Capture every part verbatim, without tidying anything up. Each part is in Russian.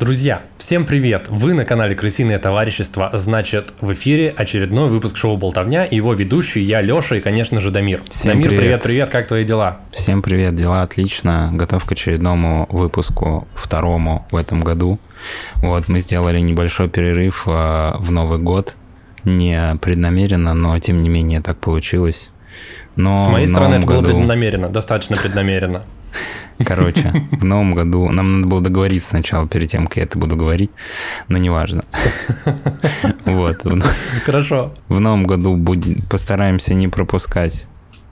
Друзья, всем привет! Вы на канале Крысиное товарищество, значит, в эфире очередной выпуск шоу «Болтовня», и его ведущий я, Леша, и, конечно же, Дамир. Всем Дамир, привет. привет-привет, как твои дела? Всем привет, дела отлично, готов к очередному выпуску, второму в этом году. Вот, мы сделали небольшой перерыв э, в Новый год, не преднамеренно, но тем не менее так получилось. Но С моей стороны это году... было преднамеренно, достаточно преднамеренно. Короче, в новом году нам надо было договориться сначала, перед тем, как я это буду говорить, но неважно. Вот. Хорошо. В новом году будем, постараемся не пропускать.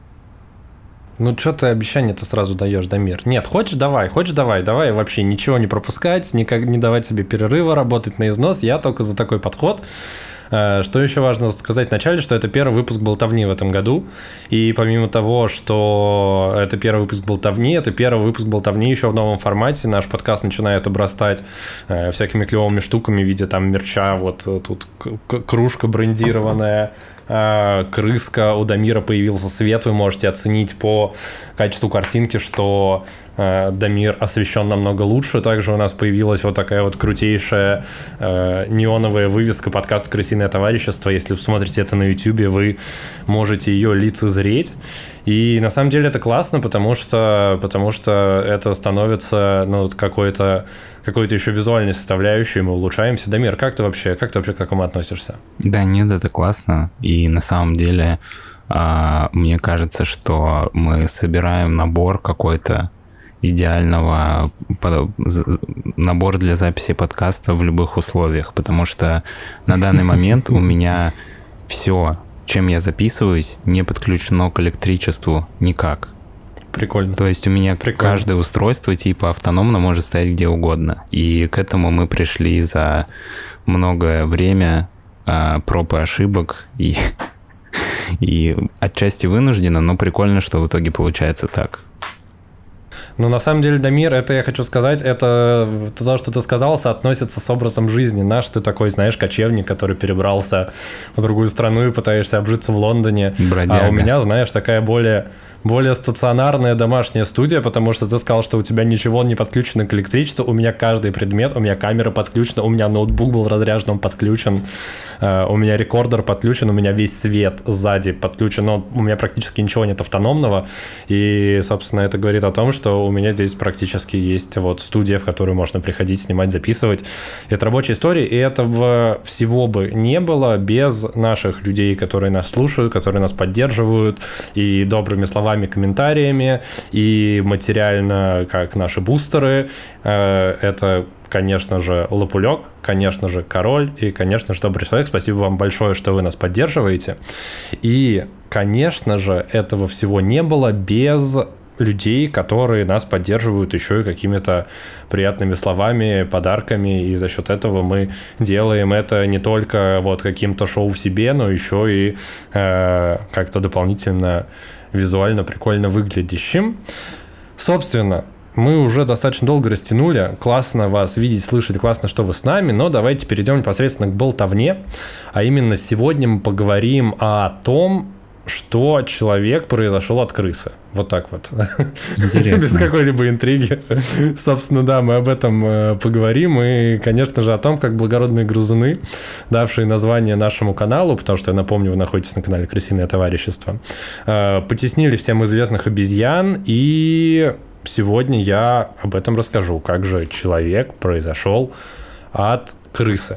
Ну, что ты обещание-то сразу даешь, Дамир? Нет, хочешь, давай, хочешь, давай, давай вообще ничего не пропускать, никак не давать себе перерыва, работать на износ, я только за такой подход. Что еще важно сказать вначале, что это первый выпуск «Болтовни» в этом году, и помимо того, что это первый выпуск «Болтовни», это первый выпуск «Болтовни» еще в новом формате, наш подкаст начинает обрастать всякими клевыми штуками в виде там мерча, вот тут кружка брендированная, крыска, у Дамира появился свет, вы можете оценить по качеству картинки, что Дамир освещен намного лучше. Также у нас появилась вот такая вот крутейшая э, неоновая вывеска подкаста «Крысиное товарищество». Если вы смотрите это на YouTube, вы можете ее лицезреть. И на самом деле это классно, потому что, потому что это становится ну, какой-то, какой-то еще визуальной составляющей, мы улучшаемся. Дамир, как ты вообще, как ты вообще к такому относишься? Да нет, это классно. И на самом деле э, мне кажется, что мы собираем набор какой-то идеального набор для записи подкаста в любых условиях, потому что на данный момент у меня все, чем я записываюсь, не подключено к электричеству никак. Прикольно. То есть у меня Прикольно. Каждое устройство типа автономно может стоять где угодно. И к этому мы пришли за многое время а, проб и ошибок, и, и отчасти вынужденно, но прикольно, что в итоге получается так. Ну, на самом деле, Дамир, это я хочу сказать, это то, что ты сказал, соотносится с образом жизни наш. Ты такой, знаешь, кочевник, который перебрался в другую страну и пытаешься обжиться в Лондоне. Бродяга. А у меня, знаешь, такая более... более стационарная домашняя студия, потому что ты сказал, что у тебя ничего не подключено к электричеству, у меня каждый предмет, у меня камера подключена, у меня ноутбук был разряжен, он подключен, у меня рекордер подключен, у меня весь свет сзади подключен, но у меня практически ничего нет автономного, и, собственно, это говорит о том, что у меня здесь практически есть вот студия, в которую можно приходить, снимать, записывать. Это рабочая история, и этого всего бы не было без наших людей, которые нас слушают, которые нас поддерживают, и добрыми словами, комментариями и материально, как наши бустеры. Это, конечно же, Лопулек, конечно же, Король и, конечно же, Добрый человек. Спасибо вам большое, что вы нас поддерживаете. И, конечно же, этого всего не было без людей, которые нас поддерживают еще и какими-то приятными словами, подарками, и за счет этого мы делаем это не только вот каким-то шоу в себе, но еще и э, как-то дополнительно визуально прикольно выглядящим. Собственно, мы уже достаточно долго растянули. Классно вас видеть, слышать, классно, что вы с нами, но давайте перейдем непосредственно к болтовне. А именно сегодня мы поговорим о том, что человек произошел от крысы. Вот так вот. Интересно. Без какой-либо интриги. Собственно, да, мы об этом поговорим. И, конечно же, о том, как благородные грызуны, давшие название нашему каналу, потому что, я напомню, вы находитесь на канале Крысиное товарищество, потеснили всем известных обезьян. И сегодня я об этом расскажу. Как же человек произошел от крысы.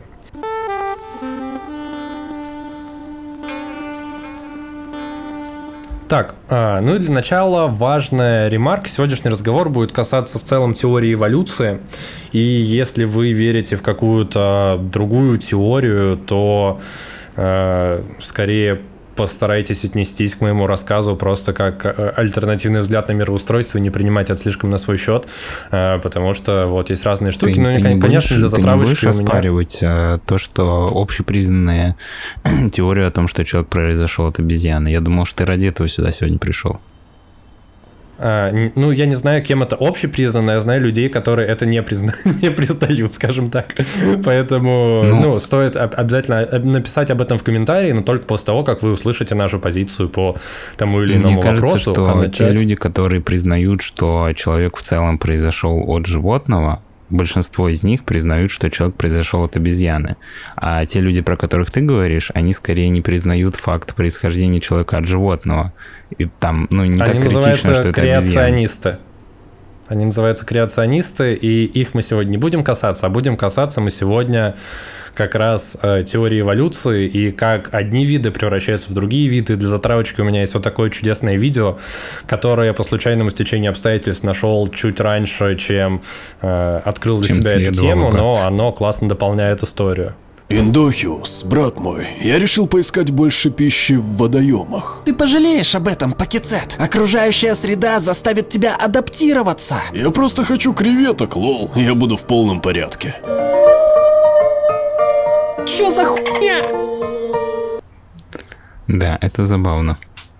Так, ну и для начала важная ремарка. Сегодняшний разговор будет касаться в целом теории эволюции. И если вы верите в какую-то другую теорию, то э, скорее постарайтесь отнестись к моему рассказу просто как альтернативный взгляд на мироустройство и не принимать это слишком на свой счет, потому что вот есть разные штуки. Ты, ну, ты конечно, будешь, для затравочки ты не будешь у меня... оспаривать а, то, что общепризнанная теория о том, что человек произошел от обезьяны. Я думал, что ты ради этого сюда сегодня пришел. А, ну, я не знаю, кем это общепризнанно, я знаю людей, которые это не, призна... не признают, скажем так. Поэтому, ну, ну стоит обязательно написать об этом в комментарии, но только после того, как вы услышите нашу позицию по тому или иному Мне кажется, вопросу. что а начать... те люди, которые признают, что человек в целом произошел от животного, большинство из них признают, что человек произошел от обезьяны. А те люди, про которых ты говоришь, они скорее не признают факт происхождения человека от животного. И там, ну, не они так критично, что это обезьяна. креационисты. Они называются креационисты, и их мы сегодня не будем касаться, а будем касаться мы сегодня как раз э, теории эволюции и как одни виды превращаются в другие виды. Для затравочки у меня есть вот такое чудесное видео, которое я по случайному стечению обстоятельств нашел чуть раньше, чем э, открыл для чем себя эту тему, бы. но оно классно дополняет историю. Индохиус, брат мой, я решил поискать больше пищи в водоемах. Ты пожалеешь об этом, Покецет. Окружающая среда заставит тебя адаптироваться. Я просто хочу креветок, лол. Я буду в полном порядке. Чё за хуйня? Да, это забавно.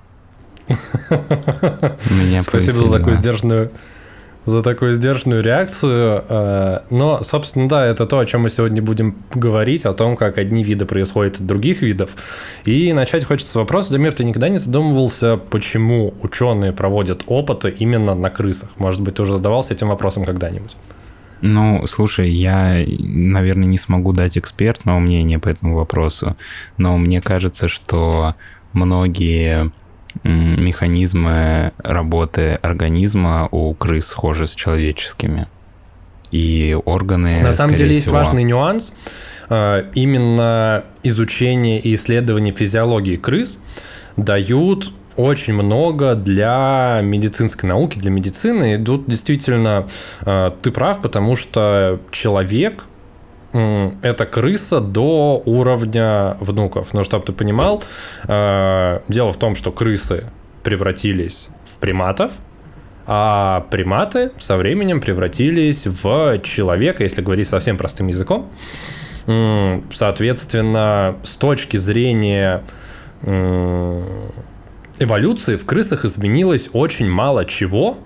Меня Спасибо за такую сдержанную... за такую сдержанную реакцию. Но, собственно, да, это то, о чем мы сегодня будем говорить, о том, как одни виды происходят от других видов. И начать хочется с вопроса, Дамир, ты никогда не задумывался, почему ученые проводят опыты именно на крысах? Может быть, ты уже задавался этим вопросом когда-нибудь? Ну, слушай, я, наверное, не смогу дать экспертного мнения по этому вопросу, но мне кажется, что многие механизмы работы организма у крыс схожи с человеческими. И органы, на самом деле, всего... есть важный нюанс. Именно изучение и исследование физиологии крыс дают очень много для медицинской науки, для медицины. И тут действительно ты прав, потому что человек – это крыса до уровня внуков. Но чтобы ты понимал, дело в том, что крысы превратились в приматов, а приматы со временем превратились в человека, если говорить совсем простым языком. Соответственно, с точки зрения эволюции в крысах изменилось очень мало чего.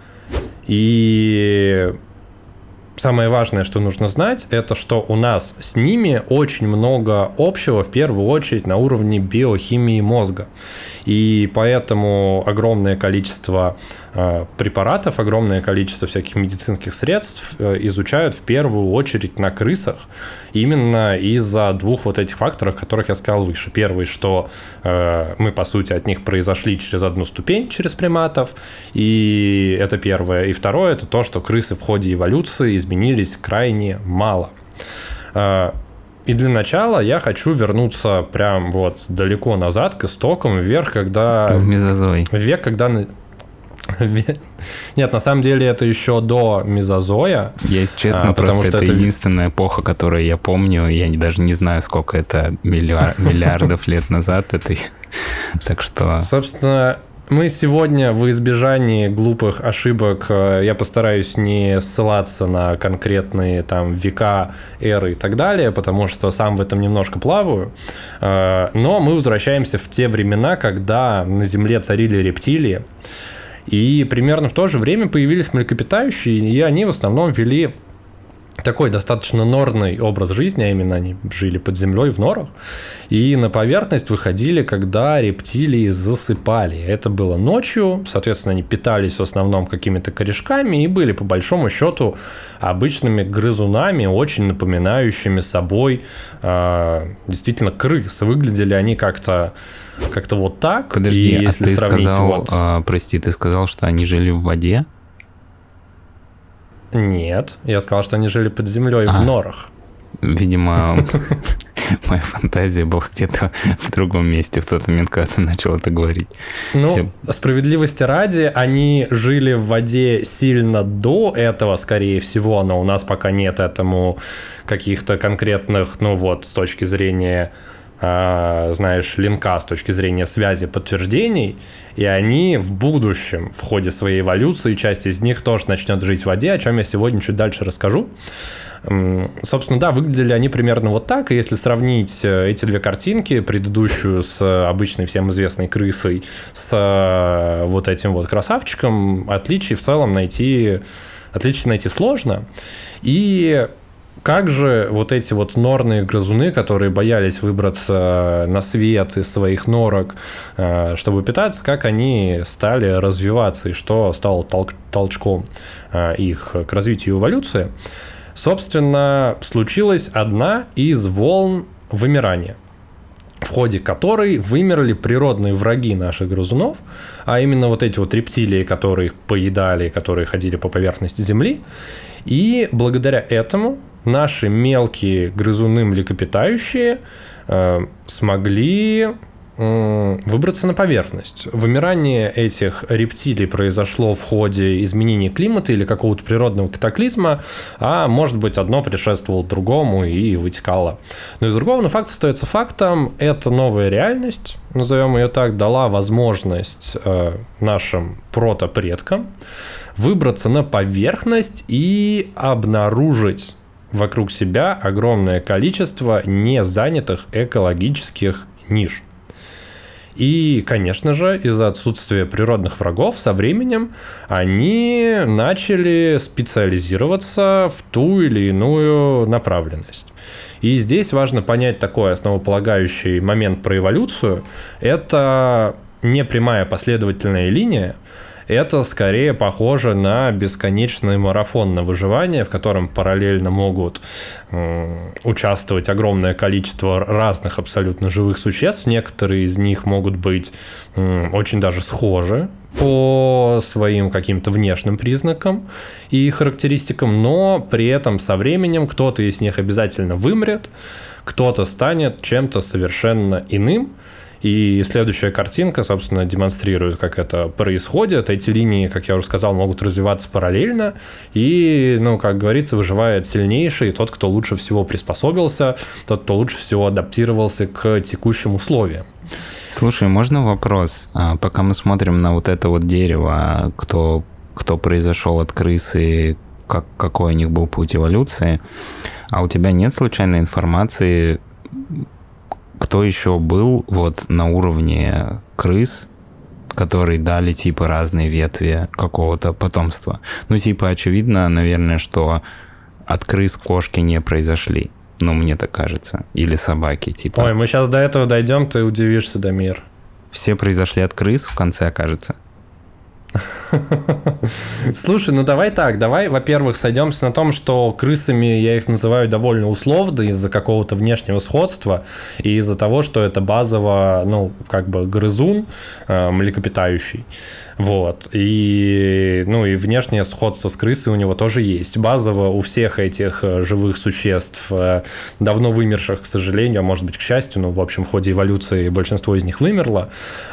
И самое важное, что нужно знать, это что у нас с ними очень много общего, в первую очередь, на уровне биохимии мозга. И поэтому огромное количество э, препаратов, огромное количество всяких медицинских средств э, изучают в первую очередь на крысах, именно из-за двух вот этих факторов, которых я сказал выше. Первый, что э, мы, по сути, от них произошли через одну ступень, через приматов, и это первое. И второе, это то, что крысы в ходе эволюции изменились крайне мало. Э, И для начала я хочу вернуться прям вот далеко назад, к истокам, вверх, когда... В мезозой. Век, когда... Нет, на самом деле это еще до мезозоя. Я, если честно, а, просто это, это единственная эпоха, которую я помню. Я даже не знаю, сколько это миллиар... миллиардов лет назад. Это... Так что... Собственно... Мы сегодня в избежании глупых ошибок, я постараюсь не ссылаться на конкретные там века, эры и так далее, потому что сам в этом немножко плаваю. Но мы возвращаемся в те времена, когда на Земле царили рептилии. И примерно в то же время появились млекопитающие, и они в основном вели такой достаточно норный образ жизни, а именно они жили под землей в норах, и на поверхность выходили, когда рептилии засыпали. Это было ночью, соответственно, они питались в основном какими-то корешками и были, по большому счету, обычными грызунами, очень напоминающими собой э, действительно крыс. Выглядели они как-то как-то вот так. Подожди, и если а ты сравнить сказал, вот... э, прости, ты сказал, что они жили в воде? Нет, я сказал, что они жили под землей а, в норах. Видимо, моя фантазия была где-то в другом месте в тот момент, когда ты начал это говорить. Ну, Все. Справедливости ради, они жили в воде сильно до этого, скорее всего, но у нас пока нет этому каких-то конкретных, ну вот, с точки зрения... знаешь, линка с точки зрения связи подтверждений, и они в будущем, в ходе своей эволюции, часть из них тоже начнет жить в воде, о чем я сегодня чуть дальше расскажу. Собственно, да, выглядели они примерно вот так, и если сравнить эти две картинки, предыдущую с обычной всем известной крысой, с вот этим вот красавчиком, отличий в целом найти, отличий найти сложно. И как же вот эти вот норные грызуны, которые боялись выбраться на свет из своих норок, чтобы питаться, как они стали развиваться и что стало толчком их к развитию эволюции? собственно, случилась одна из волн вымирания, в ходе которой вымерли природные враги наших грызунов, а именно вот эти вот рептилии, которые их поедали, которые ходили по поверхности Земли. И благодаря этому наши мелкие грызуны млекопитающие э, смогли э, выбраться на поверхность. Вымирание этих рептилий произошло в ходе изменения климата или какого-то природного катаклизма, а может быть одно предшествовало другому и вытекало. Но из другого, но факт остается фактом, эта новая реальность, назовем ее так, дала возможность э, нашим протопредкам выбраться на поверхность и обнаружить вокруг себя огромное количество незанятых экологических ниш. И, конечно же, из-за отсутствия природных врагов со временем они начали специализироваться в ту или иную направленность. И здесь важно понять такой основополагающий момент про эволюцию. Это не прямая последовательная линия, это скорее похоже на бесконечный марафон на выживание, в котором параллельно могут э, участвовать огромное количество разных абсолютно живых существ. Некоторые из них могут быть э, очень даже схожи по своим каким-то внешним признакам и характеристикам, но при этом со временем кто-то из них обязательно вымрет, кто-то станет чем-то совершенно иным. И следующая картинка, собственно, демонстрирует, как это происходит. Эти линии, как я уже сказал, могут развиваться параллельно. И, ну, как говорится, выживает сильнейший, тот, кто лучше всего приспособился, тот, кто лучше всего адаптировался к текущим условиям. Слушай, можно вопрос? Пока мы смотрим на вот это вот дерево, кто, кто произошел от крысы, как, какой у них был путь эволюции, а у тебя нет случайной информации, кто еще был вот на уровне крыс, которые дали типа разные ветви какого-то потомства? Ну, типа, очевидно, наверное, что от крыс кошки не произошли. Ну, мне так кажется. Или собаки, типа. Ой, мы сейчас до этого дойдем, ты удивишься, Дамир. Все произошли от крыс в конце, кажется. Слушай, ну давай так, давай, во-первых, сойдемся на том, что крысами я их называю довольно условно из-за какого-то внешнего сходства и из-за того, что это базово, ну, как бы грызун э, млекопитающий. Вот. И, ну, и внешнее сходство с крысой у него тоже есть. Базово у всех этих живых существ, давно вымерших, к сожалению, а может быть, к счастью, но, в общем, в ходе эволюции большинство из них вымерло,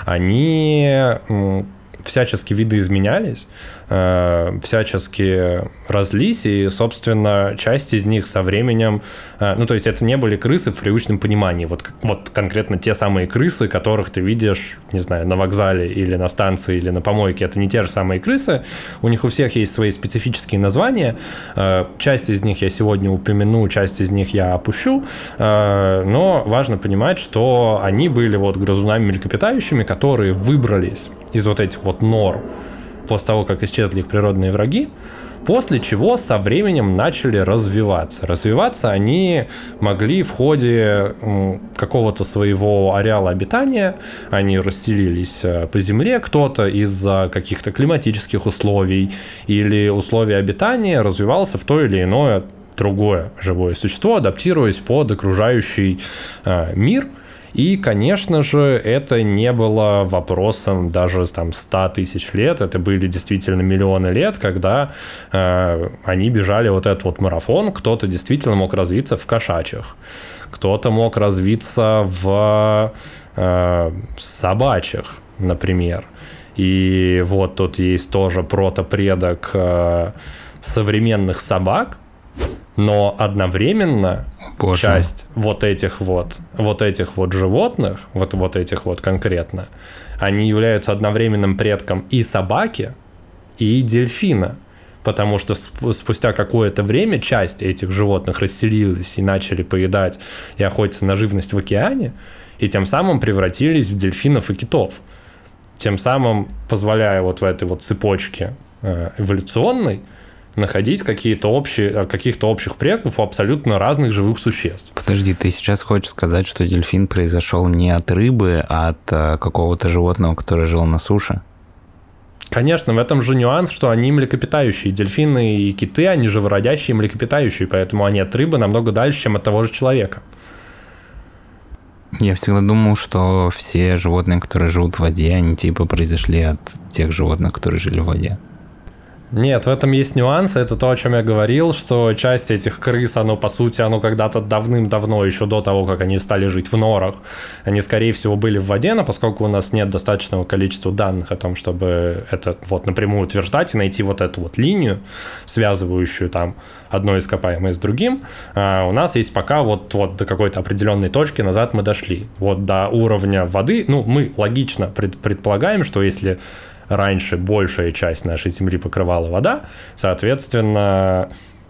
они всячески видоизменялись, э, всячески разлись, и, собственно, часть из них со временем, э, ну, то есть это не были крысы в привычном понимании, вот, вот конкретно те самые крысы, которых ты видишь, не знаю, на вокзале или на станции, или на помойке, это не те же самые крысы, у них у всех есть свои специфические названия, э, часть из них я сегодня упомяну, часть из них я опущу, э, но важно понимать, что они были вот грызунами млекопитающими, которые выбрались из вот этих вот нор после того, как исчезли их природные враги, после чего со временем начали развиваться. Развиваться они могли в ходе какого-то своего ареала обитания, они расселились по земле, кто-то из-за каких-то климатических условий или условий обитания развивался в то или иное другое живое существо, адаптируясь под окружающий э, мир. И, конечно же, это не было вопросом даже там ста тысяч лет, это были действительно миллионы лет, когда э, они бежали вот этот вот марафон. Кто-то действительно мог развиться в кошачьих, кто-то мог развиться в э, собачьих, например. И вот тут есть тоже протопредок э, современных собак, но одновременно Боже. часть вот этих вот, вот этих вот животных, вот, вот этих вот конкретно, они являются одновременным предком и собаки, и дельфина. Потому что спустя какое-то время часть этих животных расселилась и начали поедать и охотиться на живность в океане, и тем самым превратились в дельфинов и китов. Тем самым позволяя вот в этой вот цепочке эволюционной находить какие-то общие, каких-то общих предков у абсолютно разных живых существ. Подожди, ты сейчас хочешь сказать, что дельфин произошел не от рыбы, а от а, какого-то животного, которое жило на суше? Конечно, в этом же нюанс, что они млекопитающие. Дельфины и киты, они живородящие млекопитающие, поэтому они от рыбы намного дальше, чем от того же человека. Я всегда думал, что все животные, которые живут в воде, они типа произошли от тех животных, которые жили в воде. Нет, в этом есть нюансы, это то, о чем я говорил, что часть этих крыс, оно, по сути, оно когда-то давным-давно, еще до того, как они стали жить в норах, они, скорее всего, были в воде, но поскольку у нас нет достаточного количества данных о том, чтобы это вот напрямую утверждать и найти вот эту вот линию, связывающую там одно ископаемое с другим, у нас есть пока вот, вот до какой-то определенной точки назад мы дошли. Вот до уровня воды, ну, мы логично пред, предполагаем, что если раньше большая часть нашей Земли покрывала вода, соответственно,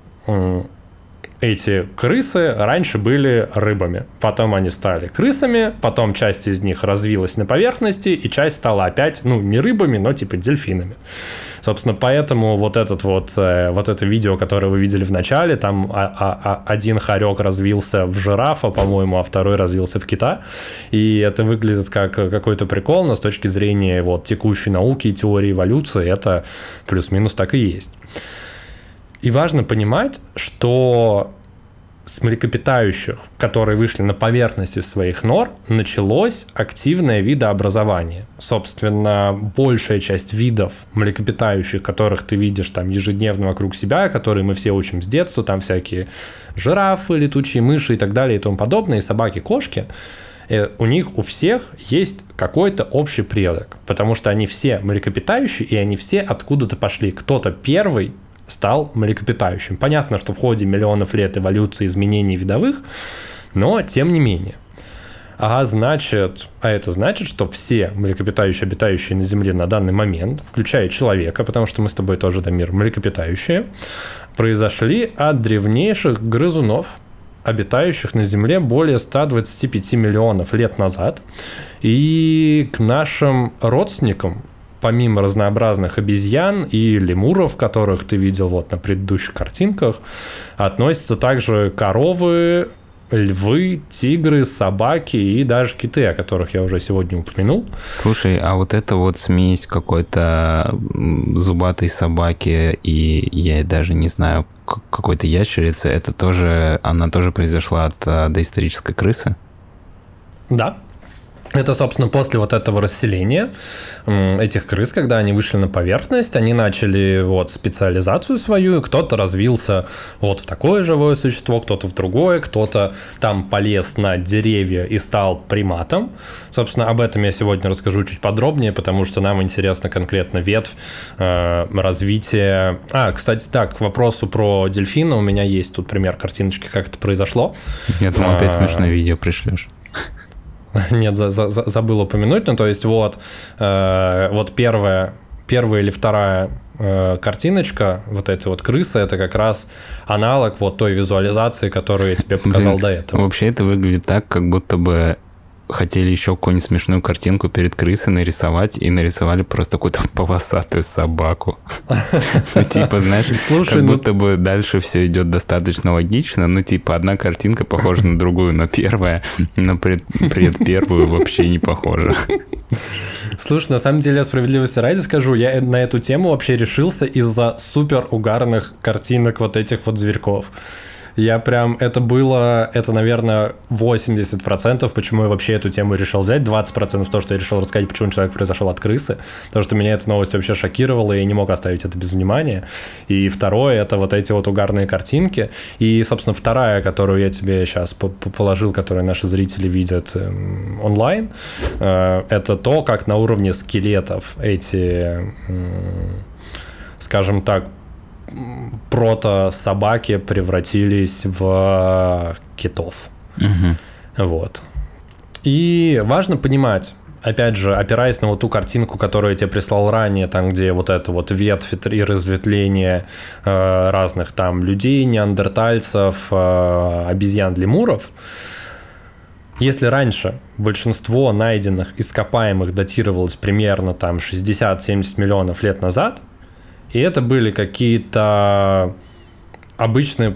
эти крысы раньше были рыбами, потом они стали крысами, потом часть из них развилась на поверхности, и часть стала опять, ну, не рыбами, но типа дельфинами. Собственно, поэтому вот этот вот, вот это видео, которое вы видели в начале, там а, а, один хорек развился в жирафа, по-моему, а второй развился в кита, и это выглядит как какой-то прикол, но с точки зрения вот текущей науки и теории эволюции это плюс-минус так и есть. И важно понимать, что с млекопитающих, которые вышли на поверхность из своих нор, началось активное видообразование. Собственно, большая часть видов млекопитающих, которых ты видишь там ежедневно вокруг себя, которые мы все учим с детства, там всякие жирафы, летучие мыши и так далее и тому подобное, и собаки, кошки, у них у всех есть какой-то общий предок, потому что они все млекопитающие, и они все откуда-то пошли. Кто-то первый стал млекопитающим. Понятно, что в ходе миллионов лет эволюции, изменений видовых, но тем не менее. А значит, а это значит, что все млекопитающие, обитающие на Земле на данный момент, включая человека, потому что мы с тобой тоже, Дамир, млекопитающие, произошли от древнейших грызунов, обитающих на Земле более ста двадцати пяти миллионов лет назад. И к нашим родственникам, помимо разнообразных обезьян и лемуров, которых ты видел вот на предыдущих картинках, относятся также коровы, львы, тигры, собаки и даже киты, о которых я уже сегодня упомянул. Слушай, а вот эта вот смесь какой-то зубатой собаки и, я даже не знаю, какой-то ящерицы, это тоже, она тоже произошла от доисторической крысы? Да. Это, собственно, после вот этого расселения этих крыс, когда они вышли на поверхность, они начали вот специализацию свою, кто-то развился вот в такое живое существо, кто-то в другое, кто-то там полез на деревья и стал приматом. Собственно, об этом я сегодня расскажу чуть подробнее, потому что нам интересно конкретно ветвь э, развития. А, кстати, так, к вопросу про дельфина у меня есть тут пример картиночки, как это произошло. Я думал, опять смешное видео пришлешь. Нет, за, за, забыл упомянуть, ну то есть вот, э, вот первая, первая или вторая э, картиночка, вот этой вот крысы, это как раз аналог вот той визуализации, которую я тебе показал. Блин, до этого. Вообще это выглядит так, как будто бы хотели еще какую-нибудь смешную картинку перед крысой нарисовать и нарисовали просто какую-то полосатую собаку. Ну, типа, знаешь, как будто бы дальше все идет достаточно логично, ну, типа, одна картинка похожа на другую, но первая, но предпервую вообще не похожа. Слушай, на самом деле, справедливости ради скажу, я на эту тему вообще решился из-за супер угарных картинок вот этих вот зверьков. Я прям, это было, это, наверное, восемьдесят процентов, почему я вообще эту тему решил взять, двадцать процентов то, что я решил рассказать, почему человек произошел от крысы, потому что меня эта новость вообще шокировала, и я не мог оставить это без внимания. И второе, это вот эти вот угарные картинки. И, собственно, вторая, которую я тебе сейчас положил, которую наши зрители видят онлайн, это то, как на уровне скелетов эти, скажем так, прото-собаки превратились в китов. Угу. Вот. И важно понимать, опять же, опираясь на вот ту картинку, которую я тебе прислал ранее, там, где вот это вот ветвь и разветвление э, разных там людей, неандертальцев, э, обезьян, лемуров. Если раньше большинство найденных ископаемых датировалось примерно там шестьдесят-семьдесят миллионов лет назад, и это были какие-то обычные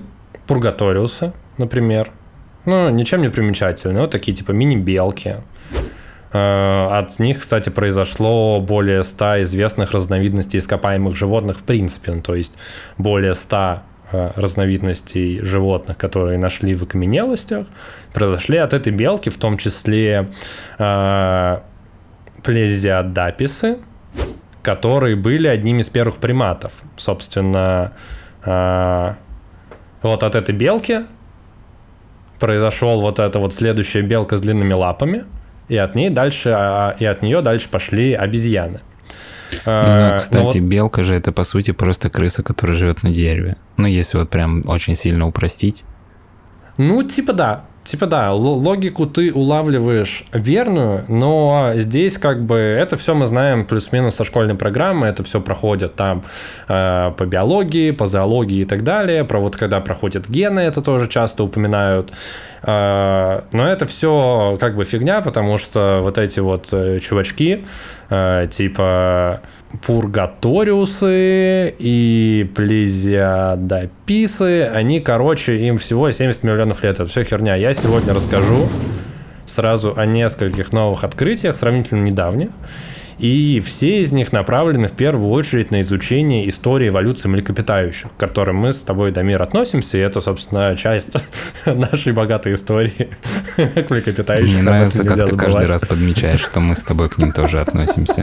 пургаториусы, например. Ну, ничем не примечательные. Вот такие типа мини-белки. От них, кстати, произошло более ста известных разновидностей ископаемых животных в принципе. Ну, то есть более ста разновидностей животных, которые нашли в окаменелостях, произошли от этой белки, в том числе э, плезиодаписы, которые были одними из первых приматов. Собственно, э, вот от этой белки произошел вот эта вот следующая белка с длинными лапами, и от ней дальше, и от нее дальше пошли обезьяны. Ну, кстати, вот... белка же это по сути просто крыса, которая живет на дереве. Ну, если вот прям очень сильно упростить. Ну, типа да. Типа да, логику ты улавливаешь верную, но здесь как бы это все мы знаем плюс-минус со школьной программы, это все проходит там э, по биологии, по зоологии и так далее, про вот когда проходят гены, это тоже часто упоминают, э, но это все как бы фигня, потому что вот эти вот чувачки э, типа пургаториусы и плезиодаписы, они, короче, им всего семьдесят миллионов лет. Это все херня. Я сегодня расскажу сразу о нескольких новых открытиях, сравнительно недавних. И все из них направлены в первую очередь на изучение истории эволюции млекопитающих, к которым мы с тобой, Дамир, относимся. И это, собственно, часть нашей богатой истории к млекопитающим. Мне нравится, как ты каждый раз подмечаешь, что мы с тобой к ним тоже относимся.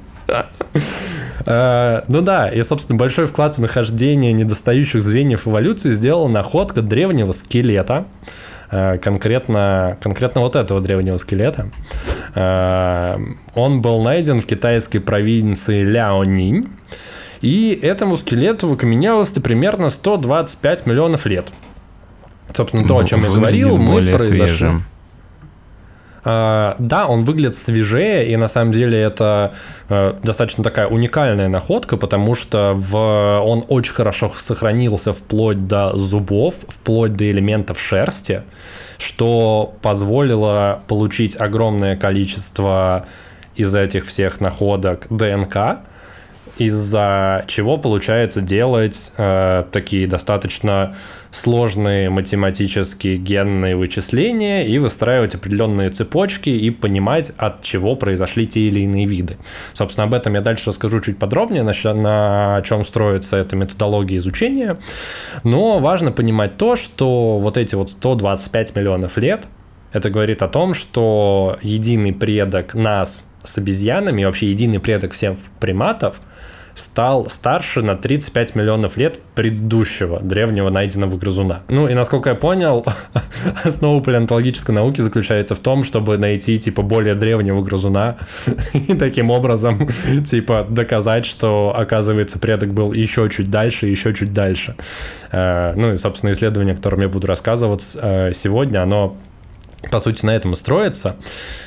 Uh, ну да, и, собственно, большой вклад в нахождение недостающих звеньев эволюции сделала находка древнего скелета, uh, конкретно, конкретно вот этого древнего скелета. Uh, он был найден в китайской провинции Ляонинь, и этому скелету в окаменелости примерно сто двадцать пять миллионов лет. Собственно, то, о чем я говорил, мы произошло... Свежим. Uh, да, он выглядит свежее, и на самом деле это uh, достаточно такая уникальная находка, потому что в... он очень хорошо сохранился вплоть до зубов, вплоть до элементов шерсти, что позволило получить огромное количество из этих всех находок ДНК, из-за чего получается делать э, такие достаточно сложные математические генные вычисления и выстраивать определенные цепочки и понимать, от чего произошли те или иные виды. Собственно, об этом я дальше расскажу чуть подробнее, на, на чем строится эта методология изучения. Но важно понимать то, что вот эти вот сто двадцать пять миллионов лет, это говорит о том, что единый предок нас с обезьянами, и вообще единый предок всех приматов, стал старше на тридцать пять миллионов лет предыдущего древнего найденного грызуна. Ну и насколько я понял, основа палеонтологической науки заключается в том, чтобы найти типа более древнего грызуна и таким образом типа доказать, что оказывается предок был еще чуть дальше, еще чуть дальше. Ну и собственно исследование, о котором я буду рассказывать сегодня, оно по сути на этом и строится.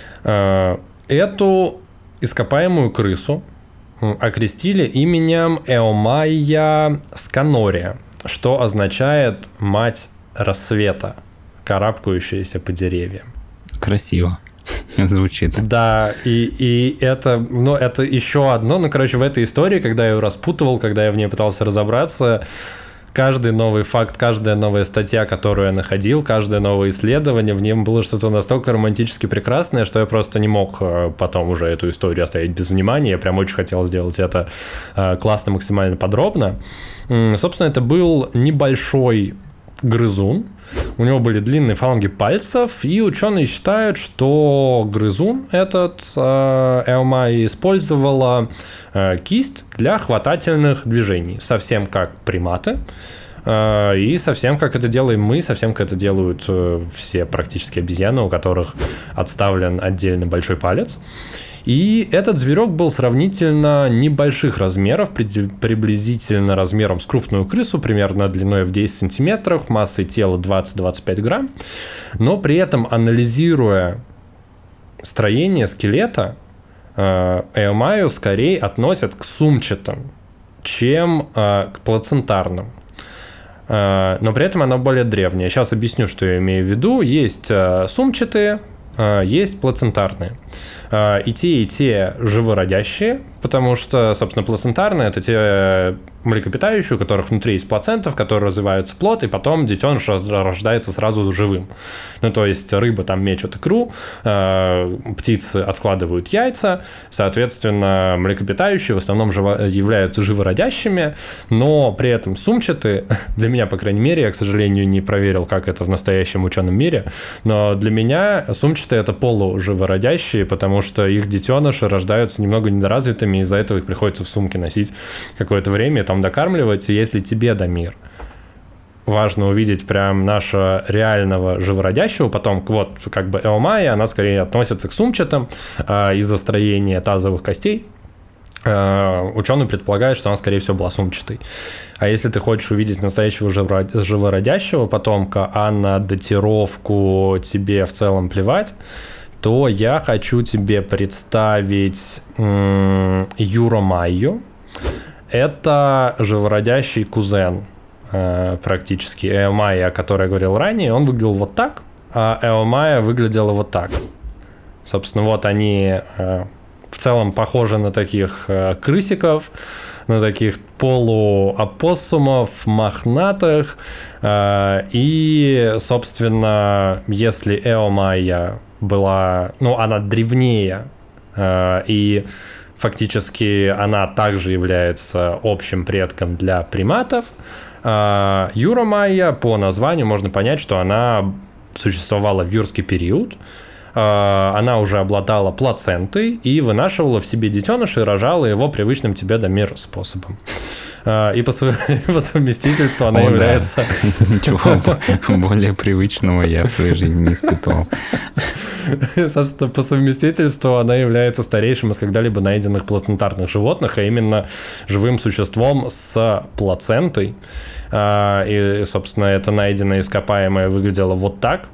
Эту ископаемую крысу окрестили именем Эомайя сканория, что означает «мать рассвета», карабкающаяся по деревьям. Красиво звучит. Да, и, и это, ну, это еще одно, ну, короче, в этой истории, когда я ее распутывал, когда я в ней пытался разобраться, каждый новый факт, каждая новая статья, которую я находил, каждое новое исследование, в нем было что-то настолько романтически прекрасное, что я просто не мог потом уже эту историю оставить без внимания. Я прям очень хотел сделать это классно, максимально подробно. Собственно, это был небольшой грызун. У него были длинные фаланги пальцев, и ученые считают, что грызун этот Эомай использовала кисть для хватательных движений, совсем как приматы, и совсем как это делаем мы, совсем как это делают все практически обезьяны, у которых отставлен отдельно большой палец. И этот зверек был сравнительно небольших размеров, приблизительно размером с крупную крысу, примерно длиной в десять сантиметров, массой тела двадцать-двадцать пять грамм. Но при этом, анализируя строение скелета, Эомаю скорее относят к сумчатым, чем к плацентарным. Но при этом оно более древнее. Сейчас объясню, что я имею в виду. Есть сумчатые, есть плацентарные. И те, и те живородящие, потому что, собственно, плацентарные — это те млекопитающие, у которых внутри есть плацента, в которой развивается плод, и потом детеныш рождается сразу живым. Ну, то есть рыба там мечет икру, э, птицы откладывают яйца, соответственно, млекопитающие в основном живо- являются живородящими, но при этом сумчатые, для меня, по крайней мере, я, к сожалению, не проверил, как это в настоящем ученом мире, но для меня сумчатые — это полуживородящие, потому что их детеныши рождаются немного недоразвитыми, из-за этого их приходится в сумке носить какое-то время, там докармливать. И если тебе, Дамир, важно увидеть прям нашего реального живородящего потомка, вот как бы Эомайя, она скорее относится к сумчатым э, из-за строения тазовых костей. Э, ученый предполагает, что она, скорее всего, была сумчатой. А если ты хочешь увидеть настоящего живородящего потомка, а на датировку тебе в целом плевать, то я хочу тебе представить м- Юромайю. Это живородящий кузен э, практически Эомайя, о которой я говорил ранее. Он выглядел вот так, а Эомайя выглядела вот так. Собственно, вот они э, в целом похожи на таких э, крысиков, на таких полуопоссумов, мохнатых. Э, и, собственно, если Эомайя была, ну, она древнее, э, и фактически она также является общим предком для приматов. Юромайя по названию можно понять, что она существовала в юрский период. Она уже обладала плацентой и вынашивала в себе детеныша и рожала его привычным тебе, Дамир, способом. И по, по совместительству она О, является... Да. Ничего более привычного я в своей жизни не испытывал. Собственно, по совместительству она является старейшим из когда-либо найденных плацентарных животных, а именно живым существом с плацентой. И, собственно, это найденное ископаемое выглядело вот так.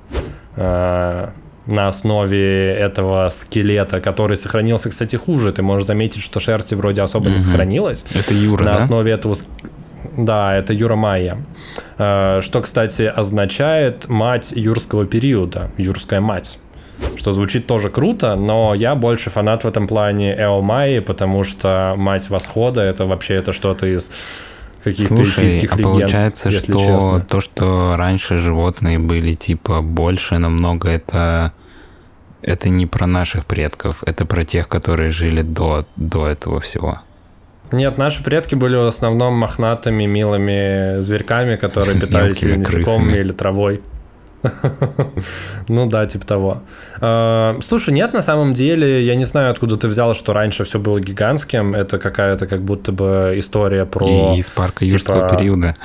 На основе этого скелета, который сохранился, кстати, хуже. Ты можешь заметить, что шерсти вроде особо mm-hmm. не сохранилось. Это Юра, На да? основе этого... Да, это Юромайя. Что, кстати, означает мать юрского периода. Юрская мать. Что звучит тоже круто, но я больше фанат в этом плане Эомайи, потому что мать Восхода — это вообще это что-то из... каких-то Слушай, эльфийских а легенд, получается, что честно. То, что раньше животные были типа больше намного, это, это не про наших предков, это про тех, которые жили до, до этого всего. Нет, наши предки были в основном мохнатыми, милыми зверьками, которые питались или насекомыми, или травой. Ну да, типа того. Слушай, нет, на самом деле, я не знаю, откуда ты взял, что раньше все было гигантским. Это какая-то как будто бы история про... И из парка юрского периода.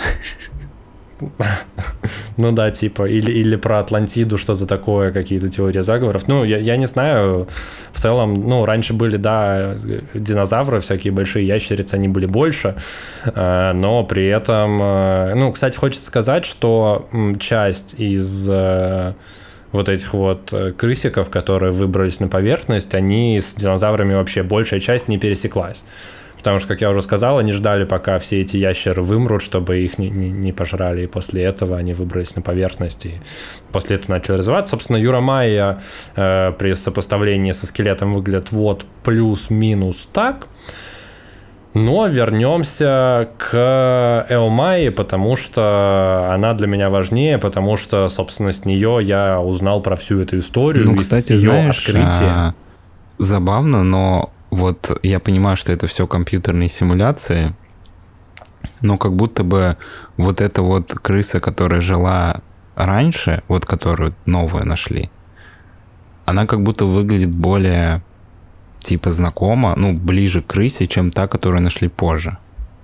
Ну да, типа, или, или про Атлантиду, что-то такое, какие-то теории заговоров. Ну, я, я не знаю, в целом, ну, раньше были, да, динозавры, всякие большие ящерицы, они были больше, но при этом, ну, кстати, хочется сказать, что часть из вот этих вот крысиков, которые выбрались на поверхность, они с динозаврами вообще, большая часть не пересеклась. Потому что, как я уже сказал, они ждали, пока все эти ящеры вымрут, чтобы их не, не, не пожрали. И после этого они выбрались на поверхность. И после этого начали развиваться. Собственно, Юромайя э, при сопоставлении со скелетом выглядит вот плюс-минус так. Но вернемся к Эомайе, потому что она для меня важнее, потому что, собственно, с нее я узнал про всю эту историю. Ну, кстати, ее знаешь, открытие. А, забавно, но... Вот я понимаю, что это все компьютерные симуляции, но как будто бы вот эта вот крыса, которая жила раньше, вот которую новую нашли, она как будто выглядит более типа знакома, ну, ближе к крысе, чем та, которую нашли позже.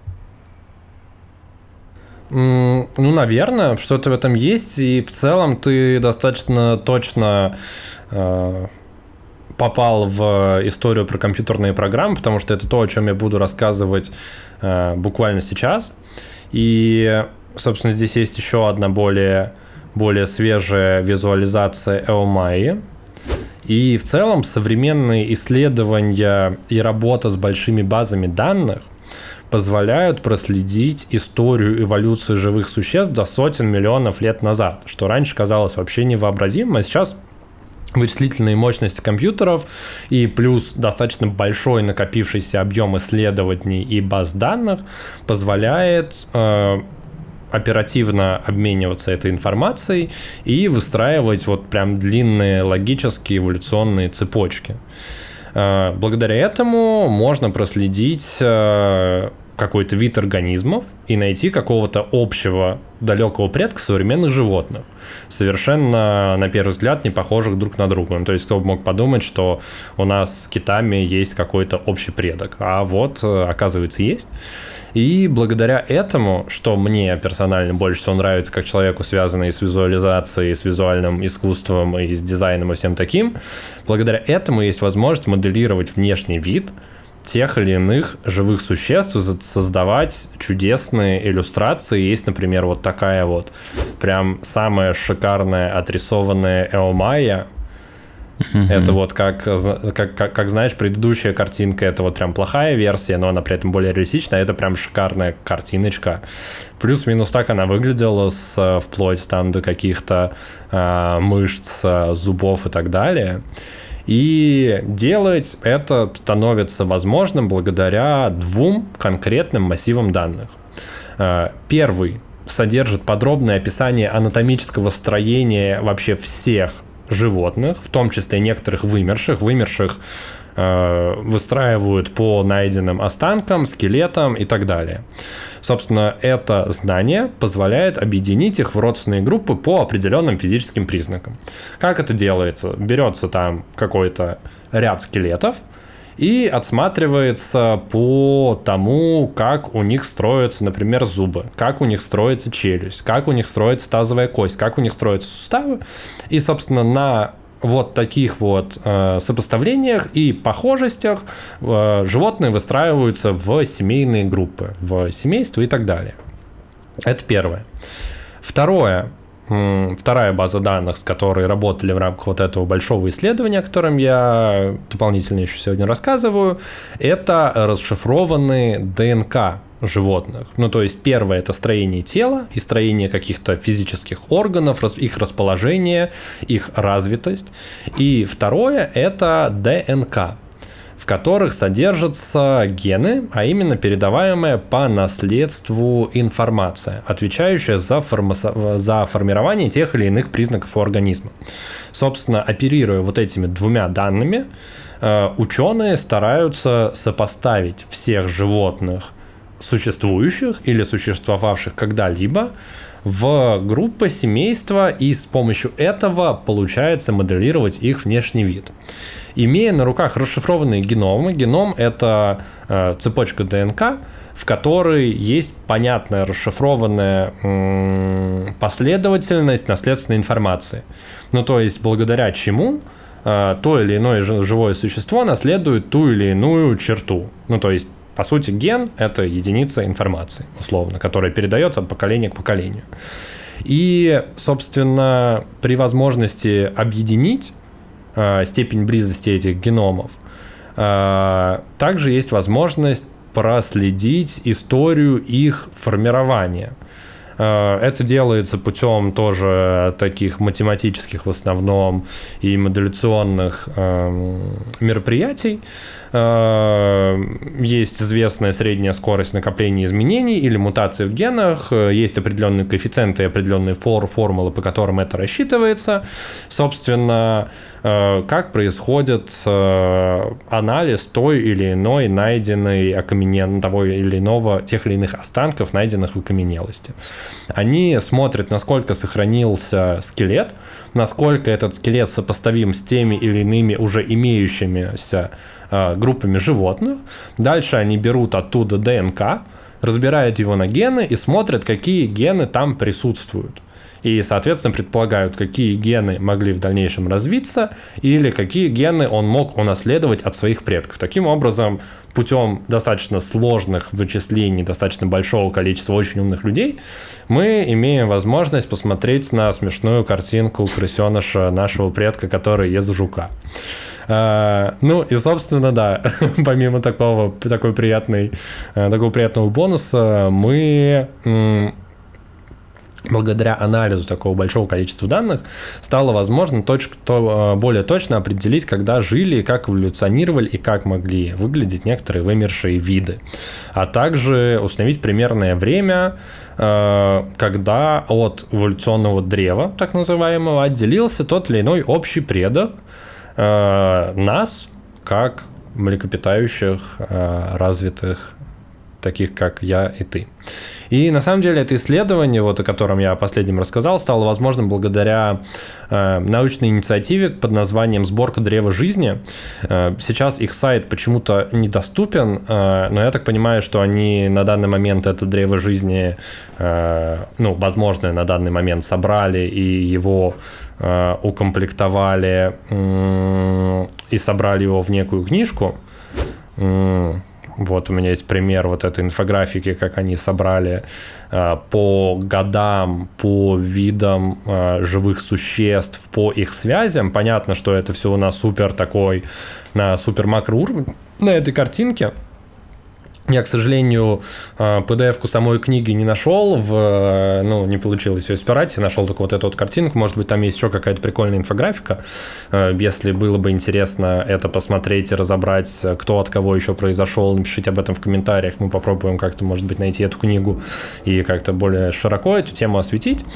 Ну, наверное, что-то в этом есть, и в целом ты достаточно точно... Э- попал в историю про компьютерные программы, потому что это то, о чем я буду рассказывать э, буквально сейчас. И, собственно, здесь есть еще одна более, более свежая визуализация Эомайи. И в целом современные исследования и работа с большими базами данных позволяют проследить историю эволюции живых существ до сотен миллионов лет назад, что раньше казалось вообще невообразимым, а сейчас вычислительные мощности компьютеров и плюс достаточно большой накопившийся объем исследований и баз данных позволяет э, оперативно обмениваться этой информацией и выстраивать вот прям длинные логические эволюционные цепочки. Э, благодаря этому можно проследить э, какой-то вид организмов и найти какого-то общего далекого предка современных животных, совершенно, на первый взгляд, не похожих друг на друга. Ну, то есть кто бы мог подумать, что у нас с китами есть какой-то общий предок, а вот, оказывается, есть. И благодаря этому, что мне персонально больше всего нравится как человеку, связанный с визуализацией, с визуальным искусством и с дизайном и всем таким, благодаря этому есть возможность моделировать внешний вид тех или иных живых существ, создавать чудесные иллюстрации. Есть, например, вот такая вот прям самая шикарная отрисованная Эомайя. Mm-hmm. Это вот как, как, как, как, знаешь, предыдущая картинка, это вот прям плохая версия, но она при этом более реалистичная, это прям шикарная картиночка. Плюс-минус так она выглядела с, вплоть там до каких-то э, мышц, зубов и так далее. И делать это становится возможным благодаря двум конкретным массивам данных. Первый содержит подробное описание анатомического строения вообще всех животных, в том числе некоторых вымерших. Вымерших э, выстраивают по найденным останкам, скелетам и так далее. Собственно, это знание позволяет объединить их в родственные группы по определенным физическим признакам. Как это делается? Берется там какой-то ряд скелетов и отсматривается по тому, как у них строятся, например, зубы, как у них строится челюсть, как у них строится тазовая кость, как у них строятся суставы. И, собственно, на вот таких вот э, сопоставлениях и похожестях э, животные выстраиваются в семейные группы, в семейство и так далее. Это первое. Второе. Вторая база данных, с которой работали в рамках вот этого большого исследования, о котором я дополнительно еще сегодня рассказываю, это расшифрованные ДНК животных. Ну, то есть первое – это строение тела и строение каких-то физических органов, их расположение, их развитость. И второе – это ДНК, в которых содержатся гены, а именно передаваемая по наследству информация, отвечающая за, форма- за формирование тех или иных признаков у организма. Собственно, оперируя вот этими двумя данными, ученые стараются сопоставить всех животных, существующих или существовавших когда-либо, в группы, семейства, и с помощью этого получается моделировать их внешний вид. Имея на руках расшифрованные геномы, геном – это э, цепочка ДНК, в которой есть понятная расшифрованная м- последовательность наследственной информации. Ну, то есть, благодаря чему э, то или иное живое существо наследует ту или иную черту. Ну, то есть, по сути, ген – это единица информации, условно, которая передается от поколения к поколению. И, собственно, при возможности объединить э, степень близости этих геномов, э, также есть возможность проследить историю их формирования. Э, это делается путем тоже таких математических в основном и модуляционных э, мероприятий. Есть известная средняя скорость накопления изменений или мутаций в генах, есть определенные коэффициенты и определенные фор- формулы, по которым это рассчитывается. Собственно, как происходит анализ той или иной найденной окаменел... того или иного, тех или иных останков, найденных в окаменелости. Они смотрят, насколько сохранился скелет, насколько этот скелет сопоставим с теми или иными уже имеющимися группами животных. Дальше они берут оттуда ДНК, разбирают его на гены и смотрят, какие гены там присутствуют. И, соответственно, предполагают, какие гены могли в дальнейшем развиться или какие гены он мог унаследовать от своих предков. Таким образом, путем достаточно сложных вычислений, достаточно большого количества очень умных людей, мы имеем возможность посмотреть на смешную картинку крысеныша нашего предка, который ест жука. Uh, ну и, собственно, да, помимо такого, такой приятной, uh, такого приятного бонуса, мы м- благодаря анализу такого большого количества данных стало возможно точ- то, более точно определить, когда жили, как эволюционировали и как могли выглядеть некоторые вымершие виды. А также установить примерное время, когда от эволюционного древа, так называемого, отделился тот или иной общий предок нас, как млекопитающих, развитых, таких как я и ты. И на самом деле это исследование, вот, о котором я последним рассказал, стало возможным благодаря э, научной инициативе под названием «Сборка древа жизни». Э, сейчас их сайт почему-то недоступен, э, но я так понимаю, что они на данный момент это древо жизни, э, ну, возможно, на данный момент собрали и его э, укомплектовали э, и собрали его в некую книжку. Э, Вот у меня есть пример вот этой инфографики, как они собрали э, по годам, по видам э, живых существ, по их связям. Понятно, что это все на супер такой, на супер макроуровне на этой картинке. Я, к сожалению, пи ди эф-ку самой книги не нашел, в, ну, не получилось ее спирать, нашел только вот эту вот картинку, может быть, там есть еще какая-то прикольная инфографика, если было бы интересно это посмотреть и разобрать, кто от кого еще произошел, напишите об этом в комментариях, мы попробуем как-то, может быть, найти эту книгу и как-то более широко эту тему осветить,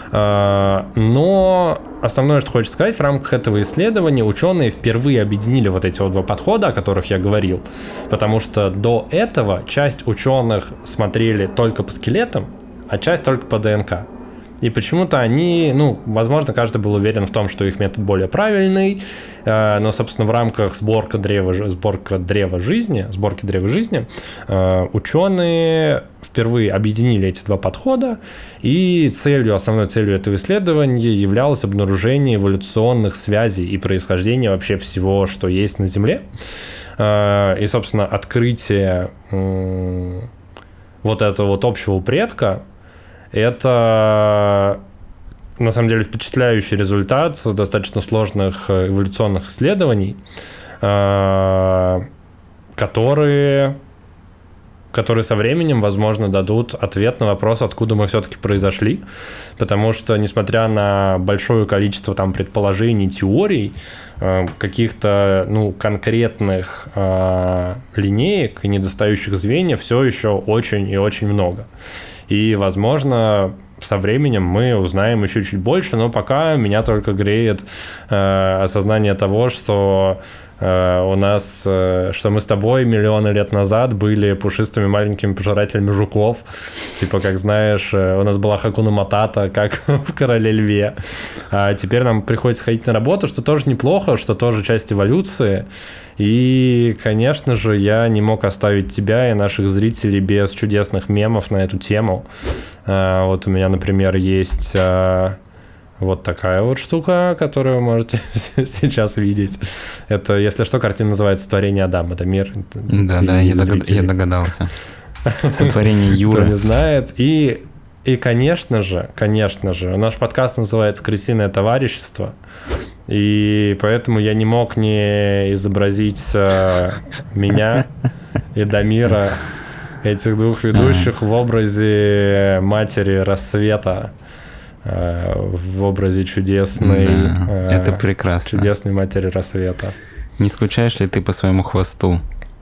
но основное, что хочется сказать, в рамках этого исследования ученые впервые объединили вот эти вот два подхода, о которых я говорил, потому что до этого часть ученых смотрели только по скелетам, а часть только по ДНК. И почему-то они, ну, возможно, каждый был уверен в том, что их метод более правильный, э, но, собственно, в рамках сборка древа, сборка древа жизни, сборки древа жизни, э, ученые впервые объединили эти два подхода, и целью, основной целью этого исследования являлось обнаружение эволюционных связей и происхождения вообще всего, что есть на Земле. Э, и, собственно, открытие э, вот этого вот общего предка, это, на самом деле, впечатляющий результат достаточно сложных эволюционных исследований, которые, которые со временем, возможно, дадут ответ на вопрос, откуда мы все-таки произошли. Потому что, несмотря на большое количество там предположений, теорий, каких-то, ну, конкретных э, линеек и недостающих звеньев все еще очень и очень много. И, возможно, со временем мы узнаем еще чуть больше, но пока меня только греет э, осознание того, что э, у нас, э, что мы с тобой миллионы лет назад были пушистыми маленькими пожирателями жуков. Типа, как знаешь, э, у нас была Хакуна Матата, как в Короле Льве. А теперь нам приходится ходить на работу, что тоже неплохо, что тоже часть эволюции. И, конечно же, я не мог оставить тебя и наших зрителей без чудесных мемов на эту тему. А, вот у меня, например, есть а, вот такая вот штука, которую вы можете сейчас видеть. Это, если что, картина называется «Творение Адама». Это мир. Да-да, я, догад... я догадался. Сотворение Юры. Кто не знает. И, и, конечно же, конечно же, наш подкаст называется «Крысиное товарищество». И поэтому я не мог не изобразить э, меня и Дамира, этих двух ведущих, в образе матери рассвета, э, в образе чудесной, да, э, это прекрасно. Чудесной матери рассвета. Не скучаешь ли ты по своему хвосту?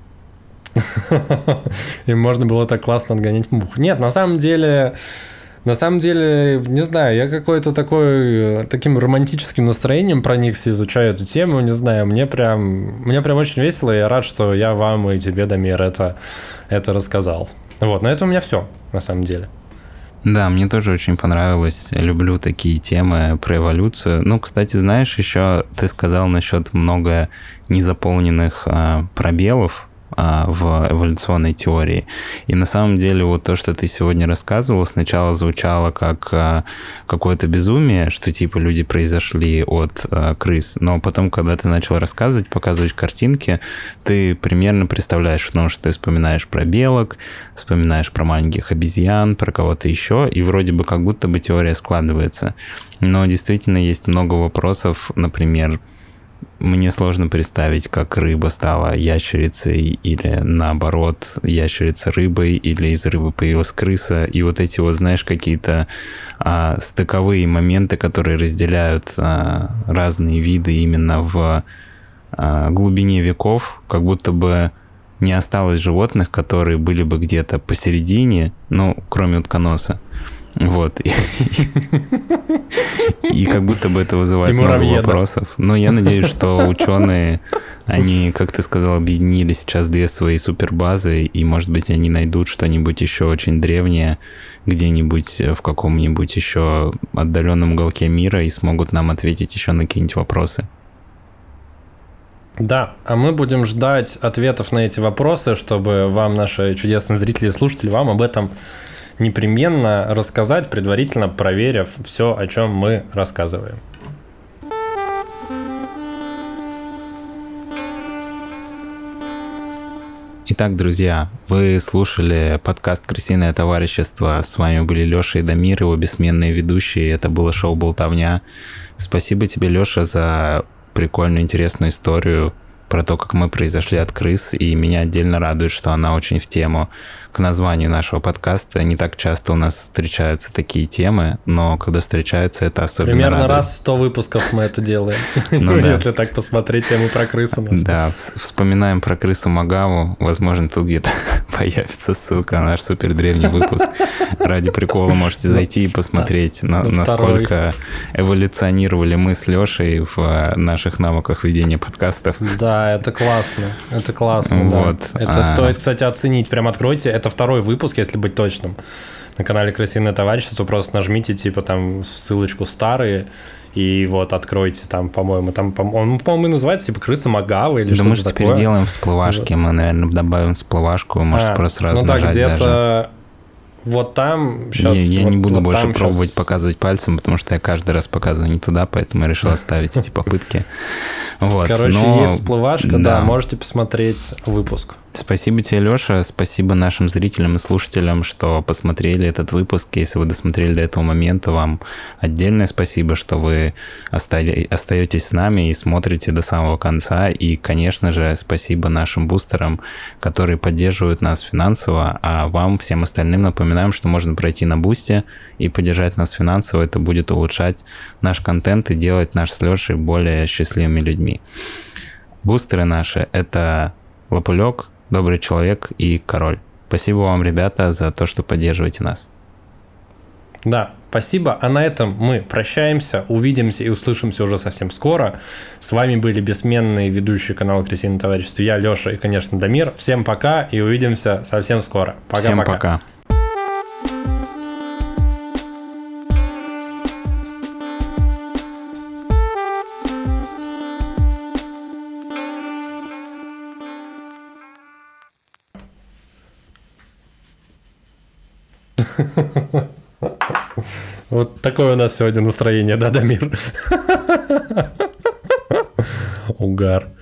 Им можно было так классно отгонять мух. Нет, на самом деле... На самом деле, не знаю, я какой-то такой, таким романтическим настроением проникся, изучаю эту тему, не знаю, мне прям, мне прям очень весело, и я рад, что я вам и тебе, Дамир, это, это рассказал. Вот, на этом у меня все, на самом деле. Да, мне тоже очень понравилось, люблю такие темы про эволюцию. Ну, кстати, знаешь, еще ты сказал насчет много незаполненных а, пробелов в эволюционной теории. И на самом деле вот то, что ты сегодня рассказывал, сначала звучало как какое-то безумие, что типа люди произошли от крыс, но потом, когда ты начал рассказывать, показывать картинки, ты примерно представляешь, потому что ты вспоминаешь про белок, вспоминаешь про маленьких обезьян, про кого-то еще, и вроде бы как будто бы теория складывается. Но действительно есть много вопросов, например, мне сложно представить, как рыба стала ящерицей, или наоборот, ящерица рыбой, или из рыбы появилась крыса. И вот эти вот, знаешь, какие-то а, стыковые моменты, которые разделяют а, разные виды именно в а, глубине веков, как будто бы не осталось животных, которые были бы где-то посередине, ну, кроме утконоса. Вот. И как будто бы это вызывает много вопросов. Но я надеюсь, что ученые, они, как ты сказал, объединили сейчас две свои супербазы, и, может быть, они найдут что-нибудь еще очень древнее где-нибудь в каком-нибудь еще отдаленном уголке мира и смогут нам ответить еще на какие-нибудь вопросы. Да, а мы будем ждать ответов на эти вопросы, чтобы вам, наши чудесные зрители и слушатели, вам об этом непременно рассказать, предварительно проверив все, о чем мы рассказываем. Итак, друзья, вы слушали подкаст «Крысиное товарищество». С вами были Леша и Дамир, его бессменные ведущие. Это было шоу «Болтовня». Спасибо тебе, Леша, за прикольную, интересную историю про то, как мы произошли от крыс, и меня отдельно радует, что она очень в тему к названию нашего подкаста. Не так часто у нас встречаются такие темы, но когда встречаются, это особенно Примерно радует. раз в сто выпусков мы это делаем, Ну да. если так посмотреть тему про крысу. Да, вс- вспоминаем про крысу Магаву. Возможно, тут где-то появится ссылка на наш супер древний выпуск. Ради прикола можете зайти и посмотреть, на- На насколько эволюционировали мы с Лешей в э, наших навыках ведения подкастов. Да, это классно, это классно, Вот, да. Это а- стоит, кстати, оценить. Прям откройте, это второй выпуск, если быть точным. На канале «Крысиное товарищество» просто нажмите, типа, там, ссылочку «Старые», и вот откройте там, по-моему, там, по- он, по-моему, и называется, типа, «Крыса Магава» или Да что-то мы же такое. теперь делаем всплывашки. Мы, наверное, добавим всплывашку. Может, А, просто сразу ну да, нажать где-то даже. вот там сейчас... Я, я вот, не буду вот больше там пробовать щас- показывать пальцем, потому что я каждый раз показываю не туда, поэтому я решил оставить эти попытки. Вот. Короче, Но, есть всплывашка, да. да, можете посмотреть выпуск. Спасибо тебе, Леша, спасибо нашим зрителям и слушателям, что посмотрели этот выпуск. Если вы досмотрели до этого момента, вам отдельное спасибо, что вы оста- остаетесь с нами и смотрите до самого конца. И, конечно же, спасибо нашим бустерам, которые поддерживают нас финансово, а вам, всем остальным, напоминаем, что можно пройти на Бусти и поддержать нас финансово. Это будет улучшать наш контент и делать нас с Лешей более счастливыми людьми. Бустеры наши — это Лопулек, Добрый человек и Король. Спасибо вам, ребята, за то, что поддерживаете нас. Да, спасибо. А на этом мы прощаемся, увидимся и услышимся уже совсем скоро. С вами были бессменные ведущие канала «Крысиное товарищество». Я, Леша и, конечно, Дамир. Всем пока и увидимся совсем скоро. Пока-пока. Всем пока. Вот такое у нас сегодня настроение, да, Дамир? Угар.